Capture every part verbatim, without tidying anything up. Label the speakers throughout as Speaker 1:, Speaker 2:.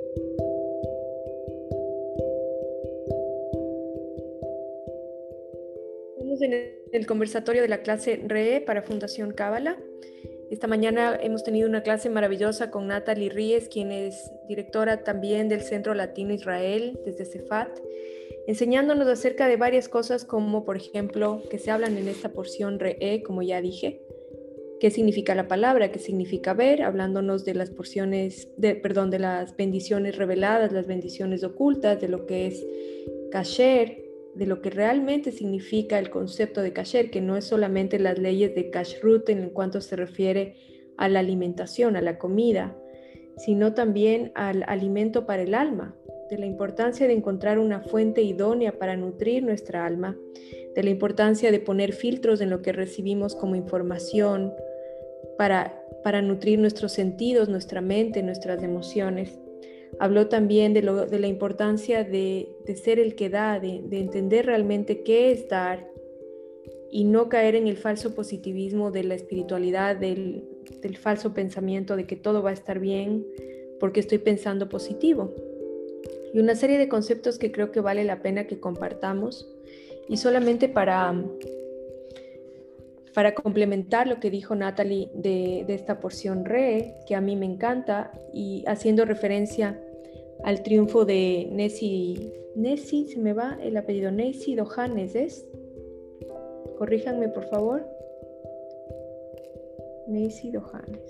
Speaker 1: Estamos en el conversatorio de la clase R E para Fundación Cábala. Esta mañana hemos tenido una clase maravillosa con Natalie Ríez, quien es directora también del Centro Latino Israel desde Cefat, enseñándonos acerca de varias cosas como, por ejemplo, que se hablan en esta porción R E, como ya dije, qué significa la palabra, qué significa ver, hablándonos de las porciones, de, perdón, de las bendiciones reveladas, las bendiciones ocultas, de lo que es kasher, de lo que realmente significa el concepto de kasher, que no es solamente las leyes de kashrut en cuanto se refiere a la alimentación, a la comida, sino también al alimento para el alma, de la importancia de encontrar una fuente idónea para nutrir nuestra alma, de la importancia de poner filtros en lo que recibimos como información para, para nutrir nuestros sentidos, nuestra mente, nuestras emociones. Habló también de, lo, de la importancia de, de ser el que da, de, de entender realmente qué es dar y no caer en el falso positivismo de la espiritualidad, del, del falso pensamiento de que todo va a estar bien porque estoy pensando positivo. Y una serie de conceptos que creo que vale la pena que compartamos. Y solamente para, para complementar lo que dijo Natalie de, de esta porción re, que a mí me encanta, y haciendo referencia al triunfo de Nessie, Nessie, se me va el apellido, Nessie Dohanes, ¿es? Corríjanme, por favor. Nessie Dohanes.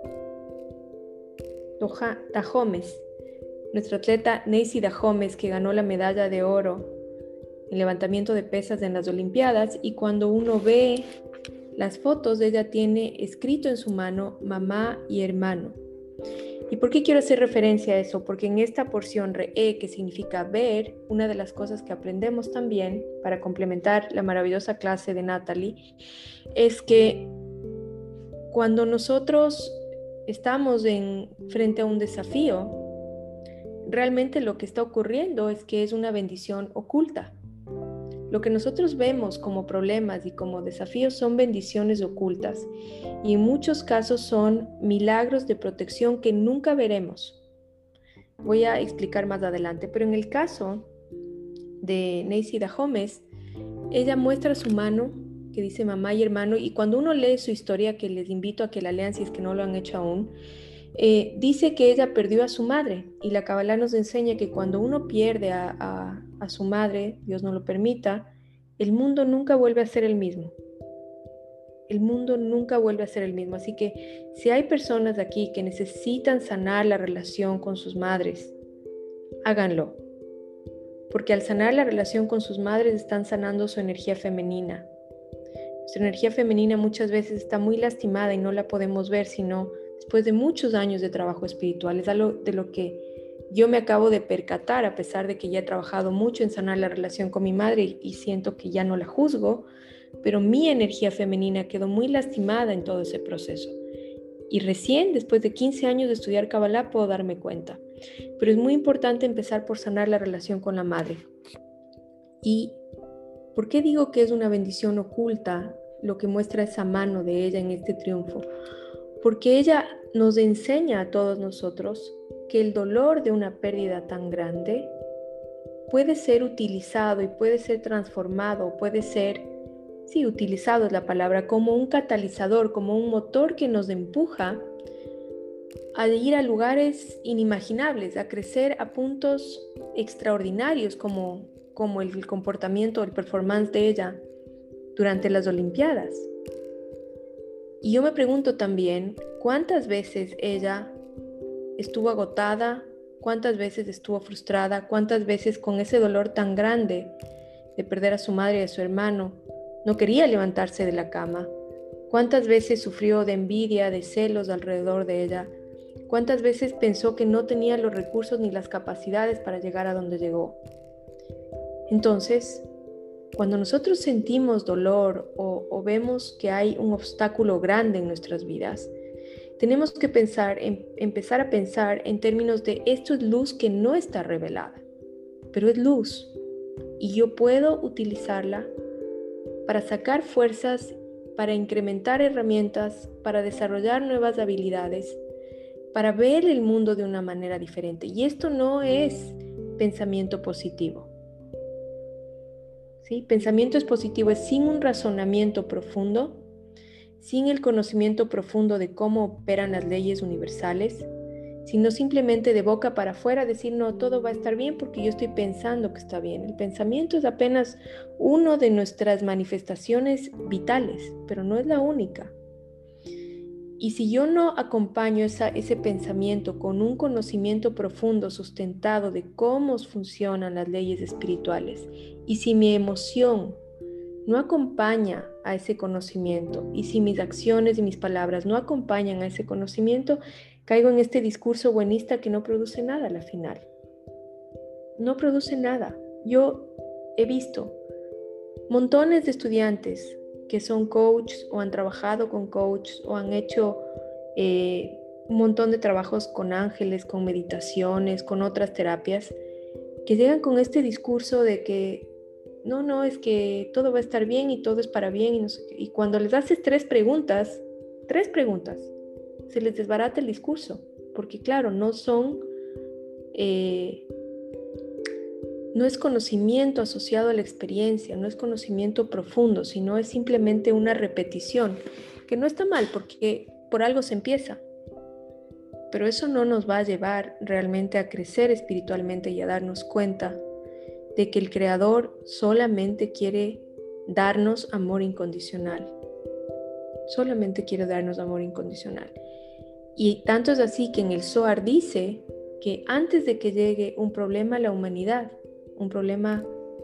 Speaker 1: Doha, Dahomes, nuestra atleta Nessie Dahomes, que ganó la medalla de oro en levantamiento de pesas en las Olimpiadas, y cuando uno ve las fotos, ella tiene escrito en su mano mamá y hermano. ¿Y por qué quiero hacer referencia a eso? Porque en esta porción re, que significa ver, una de las cosas que aprendemos también para complementar la maravillosa clase de Natalie es que cuando nosotros estamos en, frente a un desafío, realmente lo que está ocurriendo es que es una bendición oculta. Lo que nosotros vemos como problemas y como desafíos son bendiciones ocultas y en muchos casos son milagros de protección que nunca veremos. Voy a explicar más adelante, pero en el caso de Nessie Dahomes, ella muestra su mano que dice mamá y hermano, y cuando uno lee su historia, que les invito a que la lean si es que no lo han hecho aún, eh, dice que ella perdió a su madre, y la Kabbalah nos enseña que cuando uno pierde a, a, a su madre, Dios no lo permita, el mundo nunca vuelve a ser el mismo. El mundo nunca vuelve a ser el mismo. Así que si hay personas aquí que necesitan sanar la relación con sus madres, háganlo. Porque al sanar la relación con sus madres están sanando su energía femenina. Su energía femenina muchas veces está muy lastimada y no la podemos ver, sino después de muchos años de trabajo espiritual. Es algo de lo que yo me acabo de percatar, a pesar de que ya he trabajado mucho en sanar la relación con mi madre y siento que ya no la juzgo, pero mi energía femenina quedó muy lastimada en todo ese proceso. Y recién, después de quince años de estudiar Kabbalah, puedo darme cuenta. Pero es muy importante empezar por sanar la relación con la madre. ¿Y por qué digo que es una bendición oculta lo que muestra esa mano de ella en este triunfo? Porque ella nos enseña a todos nosotros que el dolor de una pérdida tan grande puede ser utilizado y puede ser transformado, puede ser, sí, utilizado es la palabra, como un catalizador, como un motor que nos empuja a ir a lugares inimaginables, a crecer a puntos extraordinarios como, como el comportamiento, el performance de ella durante las Olimpiadas. Y yo me pregunto también, ¿cuántas veces ella estuvo agotada? ¿Cuántas veces estuvo frustrada? ¿Cuántas veces con ese dolor tan grande de perder a su madre y a su hermano no quería levantarse de la cama? ¿Cuántas veces sufrió de envidia, de celos alrededor de ella? ¿Cuántas veces pensó que no tenía los recursos ni las capacidades para llegar a donde llegó? Entonces, cuando nosotros sentimos dolor o, o vemos que hay un obstáculo grande en nuestras vidas, tenemos que pensar en, empezar a pensar en términos de esto es luz que no está revelada, pero es luz y yo puedo utilizarla para sacar fuerzas, para incrementar herramientas, para desarrollar nuevas habilidades, para ver el mundo de una manera diferente. Y esto no es pensamiento positivo. ¿Sí? Pensamiento es positivo, es sin un razonamiento profundo, sin el conocimiento profundo de cómo operan las leyes universales, sino simplemente de boca para afuera decir, no, todo va a estar bien porque yo estoy pensando que está bien. El pensamiento es apenas uno de nuestras manifestaciones vitales, pero no es la única. Y si yo no acompaño esa, ese pensamiento con un conocimiento profundo, sustentado de cómo funcionan las leyes espirituales, y si mi emoción no acompaña a ese conocimiento, y si mis acciones y mis palabras no acompañan a ese conocimiento, caigo en este discurso buenista que no produce nada a la final. No produce nada. Yo he visto montones de estudiantes que son coaches o han trabajado con coaches o han hecho eh, un montón de trabajos con ángeles, con meditaciones, con otras terapias, que llegan con este discurso de que no, no, es que todo va a estar bien y todo es para bien y no sé qué. Y cuando les haces tres preguntas, tres preguntas, se les desbarata el discurso, porque claro, no son... Eh, No es conocimiento asociado a la experiencia, no es conocimiento profundo, sino es simplemente una repetición, que no está mal porque por algo se empieza. Pero eso no nos va a llevar realmente a crecer espiritualmente y a darnos cuenta de que el Creador solamente quiere darnos amor incondicional. Solamente quiere darnos amor incondicional. Y tanto es así que en el Zohar dice que antes de que llegue un problema a la humanidad, un problema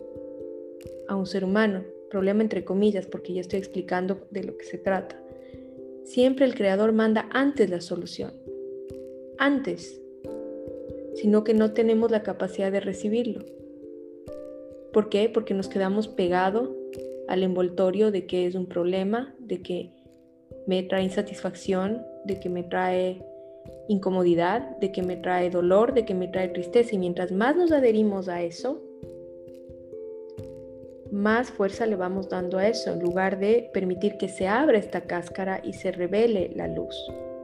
Speaker 1: a un ser humano, problema entre comillas, porque ya estoy explicando de lo que se trata. Siempre el Creador manda antes la solución, antes, sino que no tenemos la capacidad de recibirlo. ¿Por qué? Porque nos quedamos pegados al envoltorio de que es un problema, de que me trae insatisfacción, de que me trae incomodidad, de que me trae dolor, de que me trae tristeza. Y mientras más nos adherimos a eso, más fuerza le vamos dando a eso, en lugar de permitir que se abra esta cáscara y se revele la luz.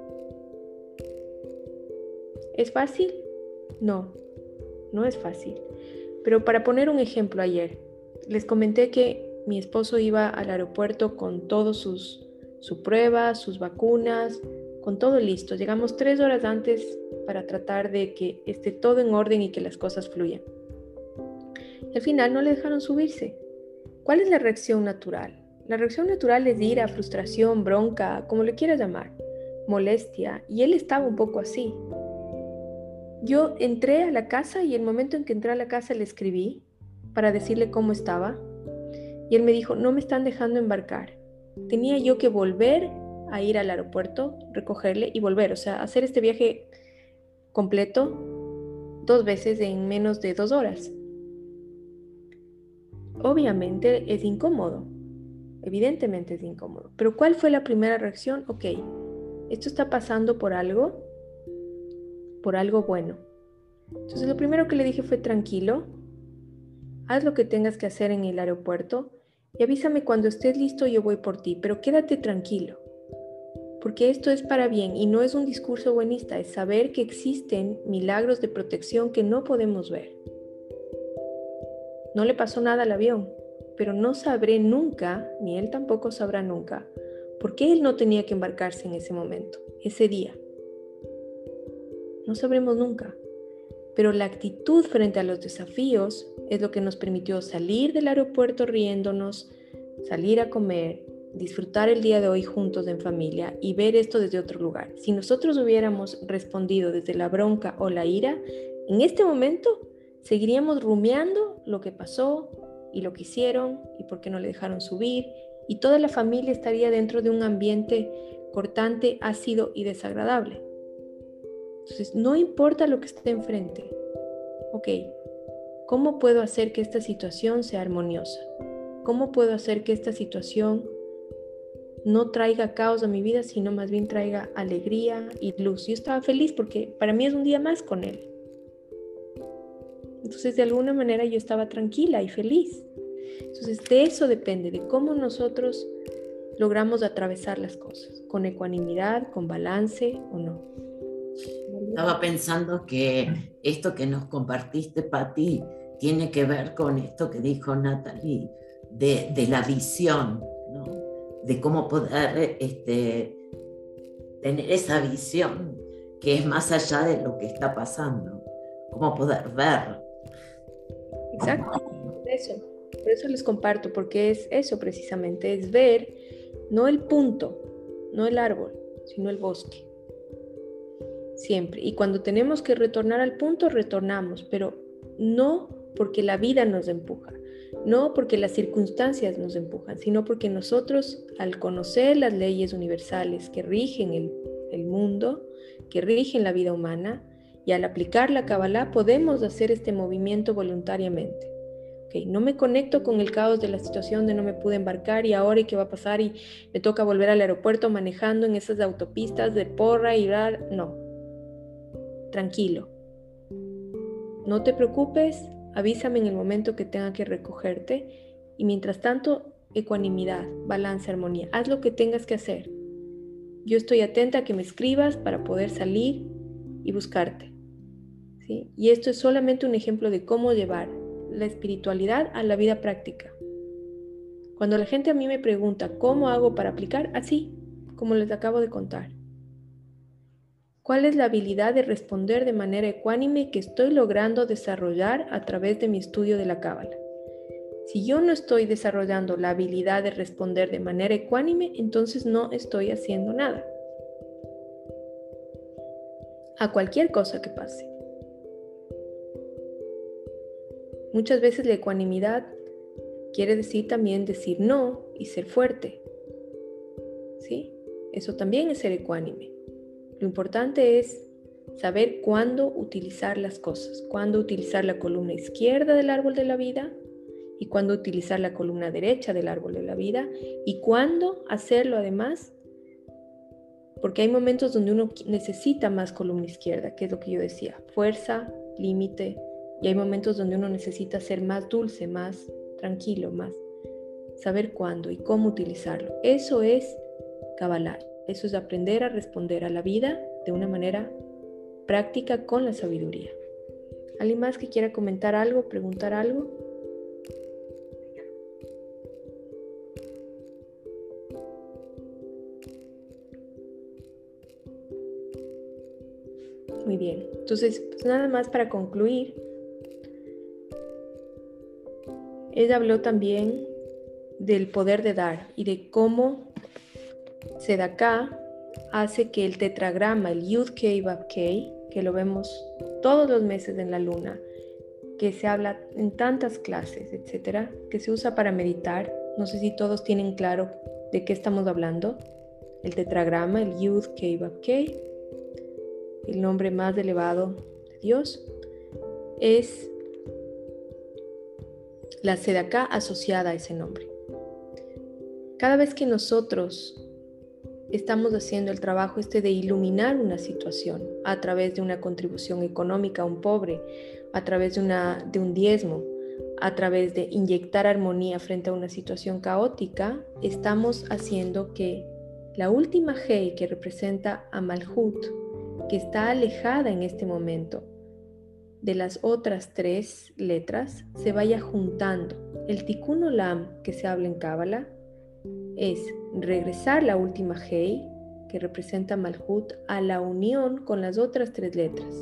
Speaker 1: ¿Es fácil? No, no es fácil. Pero para poner un ejemplo, ayer les comenté que mi esposo iba al aeropuerto con todos sus, sus pruebas, sus vacunas, con todo listo. Llegamos tres horas antes para tratar de que esté todo en orden y que las cosas fluyan. Y al final no le dejaron subirse. ¿Cuál es la reacción natural? La reacción natural es ira, frustración, bronca, como le quieras llamar, molestia, y él estaba un poco así. Yo entré a la casa y el momento en que entré a la casa le escribí para decirle cómo estaba y él me dijo, no me están dejando embarcar. Tenía yo que volver a ir al aeropuerto, recogerle y volver, o sea, hacer este viaje completo dos veces en menos de dos horas. Obviamente es incómodo, evidentemente es incómodo, pero ¿cuál fue la primera reacción? Ok, esto está pasando por algo, por algo bueno. Entonces lo primero que le dije fue tranquilo, haz lo que tengas que hacer en el aeropuerto y avísame cuando estés listo, yo voy por ti, pero quédate tranquilo, porque esto es para bien y no es un discurso buenista, es saber que existen milagros de protección que no podemos ver. No le pasó nada al avión, pero no sabré nunca, ni él tampoco sabrá nunca, por qué él no tenía que embarcarse en ese momento, ese día. No sabremos nunca, pero la actitud frente a los desafíos es lo que nos permitió salir del aeropuerto riéndonos, salir a comer, disfrutar el día de hoy juntos en familia y ver esto desde otro lugar. Si nosotros hubiéramos respondido desde la bronca o la ira, en este momento seguiríamos rumiando lo que pasó y lo que hicieron y por qué no le dejaron subir, y toda la familia estaría dentro de un ambiente cortante, ácido y desagradable. Entonces, no importa lo que esté enfrente. Ok, ¿cómo puedo hacer que esta situación sea armoniosa? ¿Cómo puedo hacer que esta situación no traiga caos a mi vida, sino más bien traiga alegría y luz? Yo estaba feliz porque para mí es un día más con él. Entonces, de alguna manera yo estaba tranquila y feliz. Entonces, de eso depende, de cómo nosotros logramos atravesar las cosas, con ecuanimidad, con balance o no.
Speaker 2: Estaba pensando que esto que nos compartiste, Patti, tiene que ver con esto que dijo Natalie, de, de la visión, ¿no? De cómo poder este, tener esa visión que es más allá de lo que está pasando, cómo poder ver.
Speaker 1: Exacto, eso. Por eso les comparto, porque es eso precisamente, es ver no el punto, no el árbol, sino el bosque. Siempre. Y cuando tenemos que retornar al punto, retornamos, pero no porque la vida nos empuja, no porque las circunstancias nos empujan, sino porque nosotros, al conocer las leyes universales que rigen el, el mundo, que rigen la vida humana, y al aplicar la Kabbalah podemos hacer este movimiento voluntariamente. Okay, no me conecto con el caos de la situación de no me pude embarcar y ahora y qué va a pasar y me toca volver al aeropuerto manejando en esas autopistas de porra y bla, no. Tranquilo. No te preocupes, avísame en el momento que tenga que recogerte y mientras tanto, ecuanimidad, balance, armonía. Haz lo que tengas que hacer. Yo estoy atenta a que me escribas para poder salir y buscarte. ¿Sí? Y esto es solamente un ejemplo de cómo llevar la espiritualidad a la vida práctica. Cuando la gente a mí me pregunta cómo hago para aplicar, así como les acabo de contar. ¿Cuál es la habilidad de responder de manera ecuánime que estoy logrando desarrollar a través de mi estudio de la Cábala? Si yo no estoy desarrollando la habilidad de responder de manera ecuánime, entonces no estoy haciendo nada. A cualquier cosa que pase. Muchas veces la ecuanimidad quiere decir también decir no y ser fuerte. ¿Sí? Eso también es ser ecuánime. Lo importante es saber cuándo utilizar las cosas, cuándo utilizar la columna izquierda del árbol de la vida y cuándo utilizar la columna derecha del árbol de la vida y cuándo hacerlo además, porque hay momentos donde uno necesita más columna izquierda, que es lo que yo decía, fuerza, límite, y hay momentos donde uno necesita ser más dulce, más tranquilo, más saber cuándo y cómo utilizarlo. Eso es Kabbalah. Eso es aprender a responder a la vida de una manera práctica con la sabiduría. ¿Alguien más que quiera comentar algo, preguntar algo? Muy bien. Entonces, pues nada más para concluir. Ella habló también del poder de dar y de cómo Tzedakah hace que el tetragrama, el Yud-Kei Vav-Kei, que lo vemos todos los meses en la luna, que se habla en tantas clases, etcétera, que se usa para meditar. No sé si todos tienen claro de qué estamos hablando. El tetragrama, el Yud-Kei Vav-Kei, el nombre más elevado de Dios, es la Tzedakah asociada a ese nombre. Cada vez que nosotros estamos haciendo el trabajo este de iluminar una situación a través de una contribución económica a un pobre, a través de, una, de un diezmo, a través de inyectar armonía frente a una situación caótica, estamos haciendo que la última Hei que representa a Malhut, que está alejada en este momento de las otras tres letras, se vaya juntando. El Tikkun Olam que se habla en Cábala es regresar la última Hei, que representa Malhut, a la unión con las otras tres letras.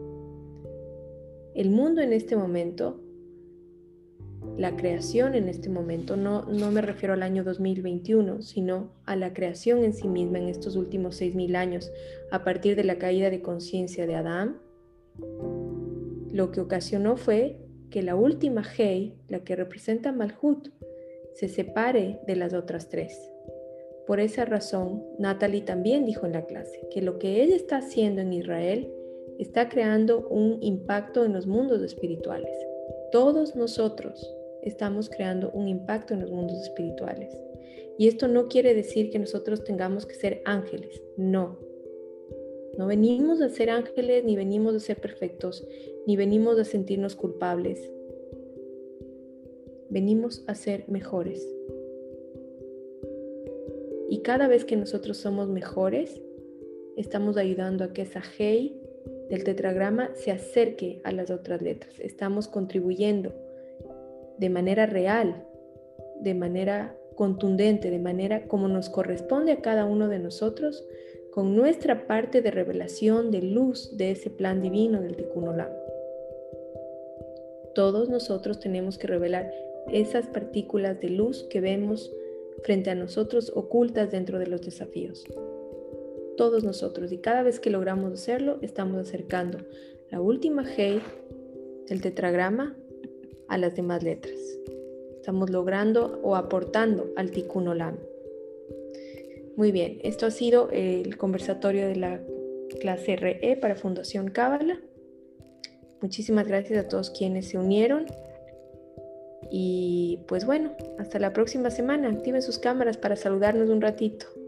Speaker 1: El mundo en este momento, la creación en este momento, no, no me refiero al año dos mil veintiuno, sino a la creación en sí misma en estos últimos seis mil años, a partir de la caída de conciencia de Adán, lo que ocasionó fue que la última Hei, la que representa Malhut, se separe de las otras tres. Por esa razón, Natalie también dijo en la clase que lo que ella está haciendo en Israel está creando un impacto en los mundos espirituales. Todos nosotros estamos creando un impacto en los mundos espirituales. Y esto no quiere decir que nosotros tengamos que ser ángeles, no. No venimos a ser ángeles, ni venimos a ser perfectos, ni venimos a sentirnos culpables. Venimos a ser mejores. Y cada vez que nosotros somos mejores, estamos ayudando a que esa Hei del tetragrama se acerque a las otras letras. Estamos contribuyendo de manera real, de manera contundente, de manera como nos corresponde a cada uno de nosotros, con nuestra parte de revelación, de luz de ese plan divino del Tikkun Olam. Todos nosotros tenemos que revelar esas partículas de luz que vemos frente a nosotros ocultas dentro de los desafíos. Todos nosotros, y cada vez que logramos hacerlo, estamos acercando la última G del tetragrama a las demás letras. Estamos logrando o aportando al Tikkun Olam. Muy bien, esto ha sido el conversatorio de la clase R E para Fundación Cábala. Muchísimas gracias a todos quienes se unieron. Y pues bueno, hasta la próxima semana. Activen sus cámaras para saludarnos un ratito.